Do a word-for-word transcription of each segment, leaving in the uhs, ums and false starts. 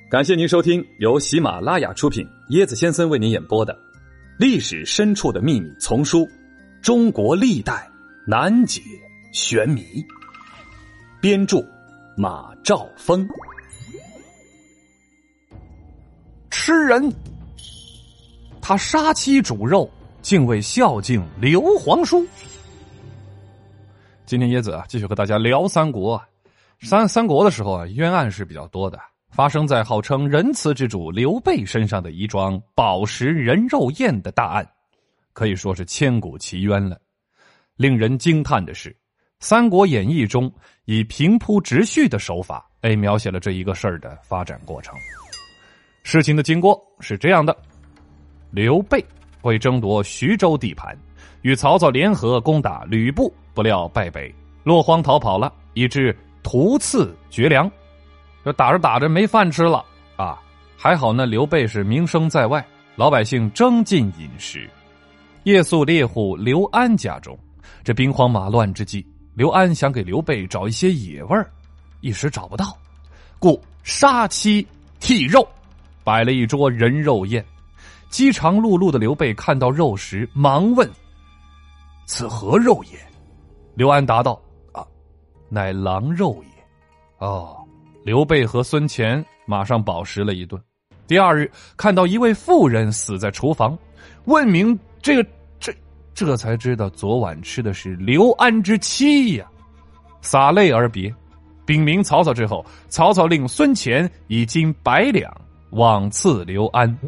感谢您收听由喜马拉雅出品，椰子先生为您演播的《历史深处的秘密》丛书《中国历代难解玄谜》，编著马兆峰。 吃人，他杀妻煮肉，竟为孝敬刘皇叔。今天椰子啊，继续和大家聊三国。三三国的时候啊，冤案是比较多的，发生在号称仁慈之主刘备身上的一桩饱食人肉宴的大案，可以说是千古奇冤了。令人惊叹的是，《三国演义》中以平铺直叙的手法，哎，描写了这一个事儿的发展过程。事情的经过是这样的：刘备为争夺徐州地盘，与曹操联合攻打吕布，不料败北，落荒逃跑了，以致途次绝粮。就打着打着没饭吃了啊！还好呢，刘备是名声在外，老百姓争进饮食。夜宿猎户刘安家中，这兵荒马乱之际，刘安想给刘备找一些野味儿，一时找不到，故杀妻剔肉，摆了一桌人肉宴。饥肠辘辘的刘备看到肉食，忙问：“此何肉也？”刘安答道：“啊，乃狼肉也。”哦。刘备和孙乾马上饱食了一顿。第二日，看到一位妇人死在厨房，问明这个这这才知道昨晚吃的是刘安之妻呀，洒泪而别。禀明曹操之后，曹操令孙乾以金百两往赐刘安。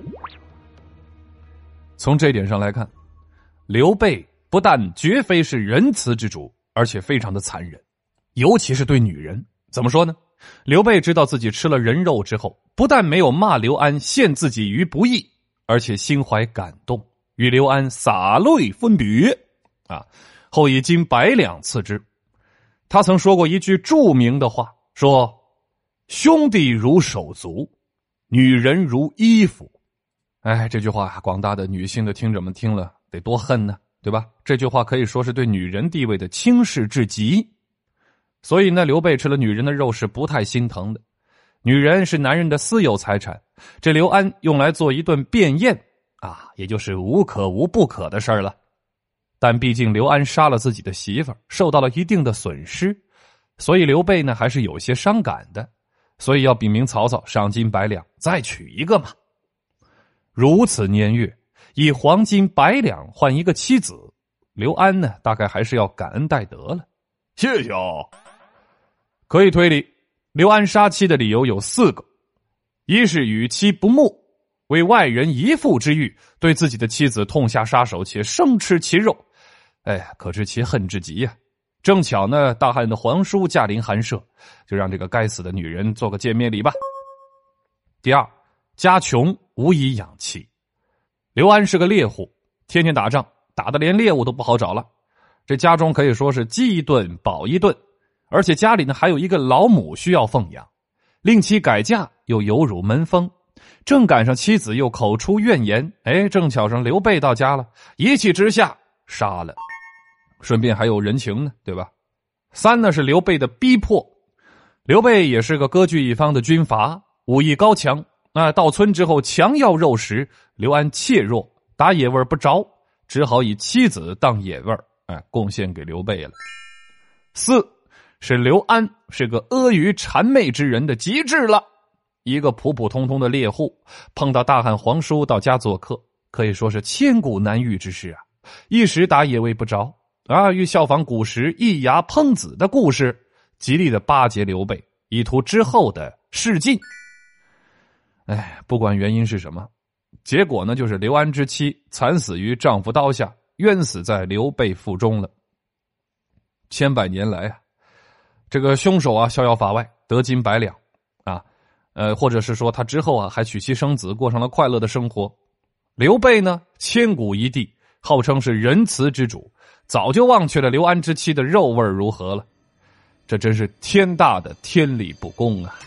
从这点上来看，刘备不但绝非是仁慈之主，而且非常的残忍，尤其是对女人。怎么说呢？刘备知道自己吃了人肉之后，不但没有骂刘安陷自己于不义，而且心怀感动，与刘安洒泪分别啊，后以金百两赐之。他曾说过一句著名的话，说：“兄弟如手足，女人如衣服。”哎，这句话广大的女性的听者们听了得多恨呢，对吧？这句话可以说是对女人地位的轻视至极。所以呢，刘备吃了女人的肉是不太心疼的。女人是男人的私有财产，这刘安用来做一顿便宴啊，也就是无可无不可的事儿了。但毕竟刘安杀了自己的媳妇儿，受到了一定的损失，所以刘备呢还是有些伤感的，所以要禀明曹操赏金百两，再娶一个嘛。如此年月，以黄金百两换一个妻子，刘安呢大概还是要感恩戴德了。 谢谢哦。 可以推理，刘安杀妻的理由有四个：一是与妻不睦，为外人遗腹之欲，对自己的妻子痛下杀手，且生吃其肉，哎，可知其恨之极呀、啊。正巧呢，大汉的皇叔驾临寒舍，就让这个该死的女人做个见面礼吧。第二，家穷无以养妻。刘安是个猎户，天天打仗，打得连猎物都不好找了，这家中可以说是饥一顿饱一顿，而且家里呢还有一个老母需要奉养，令其改嫁又有辱门风，正赶上妻子又口出怨言，哎，正巧上刘备到家了，一气之下杀了，顺便还有人情呢，对吧？三呢是刘备的逼迫，刘备也是个割据一方的军阀，武艺高强，那到村之后强要肉食，刘安怯弱，打野味不着，只好以妻子当野味，哎，贡献给刘备了。四是刘安是个阿谀谄媚之人的极致了，一个普普通通的猎户，碰到大汉皇叔到家做客，可以说是千古难遇之事啊！一时打野味不着啊，欲效仿古时易牙烹子的故事，极力的巴结刘备，以图之后的事尽。哎，不管原因是什么，结果呢，就是刘安之妻惨死于丈夫刀下，冤死在刘备腹中了。千百年来啊，这个凶手啊逍遥法外，得金百两啊，呃，或者是说他之后啊还娶妻生子，过上了快乐的生活。刘备呢，千古一帝，号称是仁慈之主，早就忘却了刘安之妻的肉味如何了。这真是天大的天理不公啊！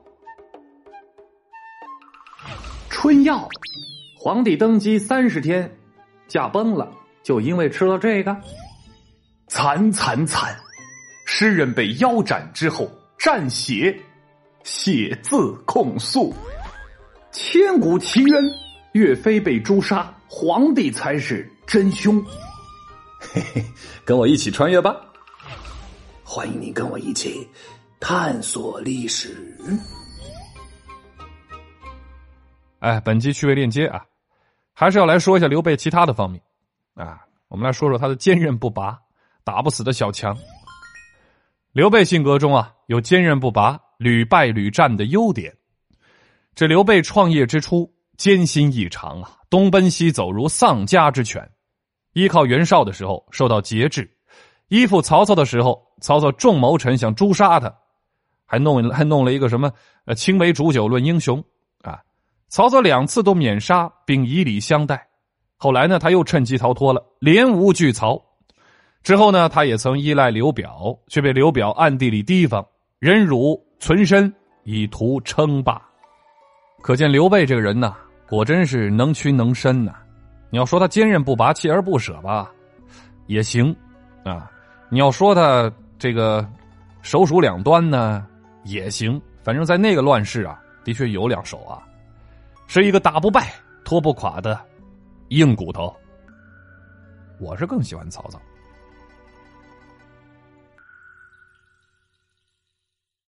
春药，皇帝登基三十天，驾崩了，就因为吃了这个。惨惨惨！诗人被腰斩之后，蘸血写字控诉。 千古奇冤，岳飞被诛杀，皇帝才是真凶。 嘿嘿，跟我一起穿越吧。 欢迎你跟我一起探索历史。 哎，本期趣味链接啊，还是要来说一下刘备其他的方面啊。我们来说说他的坚韧不拔、打不死的小强。刘备性格中啊，有坚韧不拔、屡败屡战的优点。这刘备创业之初，艰辛异常啊，东奔西走如丧家之犬。依靠袁绍的时候受到节制，依附曹操的时候，曹操众谋臣想诛杀他，还弄还弄了一个什么呃青梅煮酒论英雄啊。曹操两次都免杀，并以礼相待。后来呢，他又趁机逃脱了，连吴拒曹。之后呢，他也曾依赖刘表，却被刘表暗地里提防，忍辱存身，以图称霸。可见刘备这个人呢，果真是能屈能伸呐。你要说他坚韧不拔、锲而不舍吧，也行啊。你要说他这个手鼠两端呢，也行。反正在那个乱世啊，的确有两手啊，是一个打不败、拖不垮的硬骨头。我是更喜欢曹操。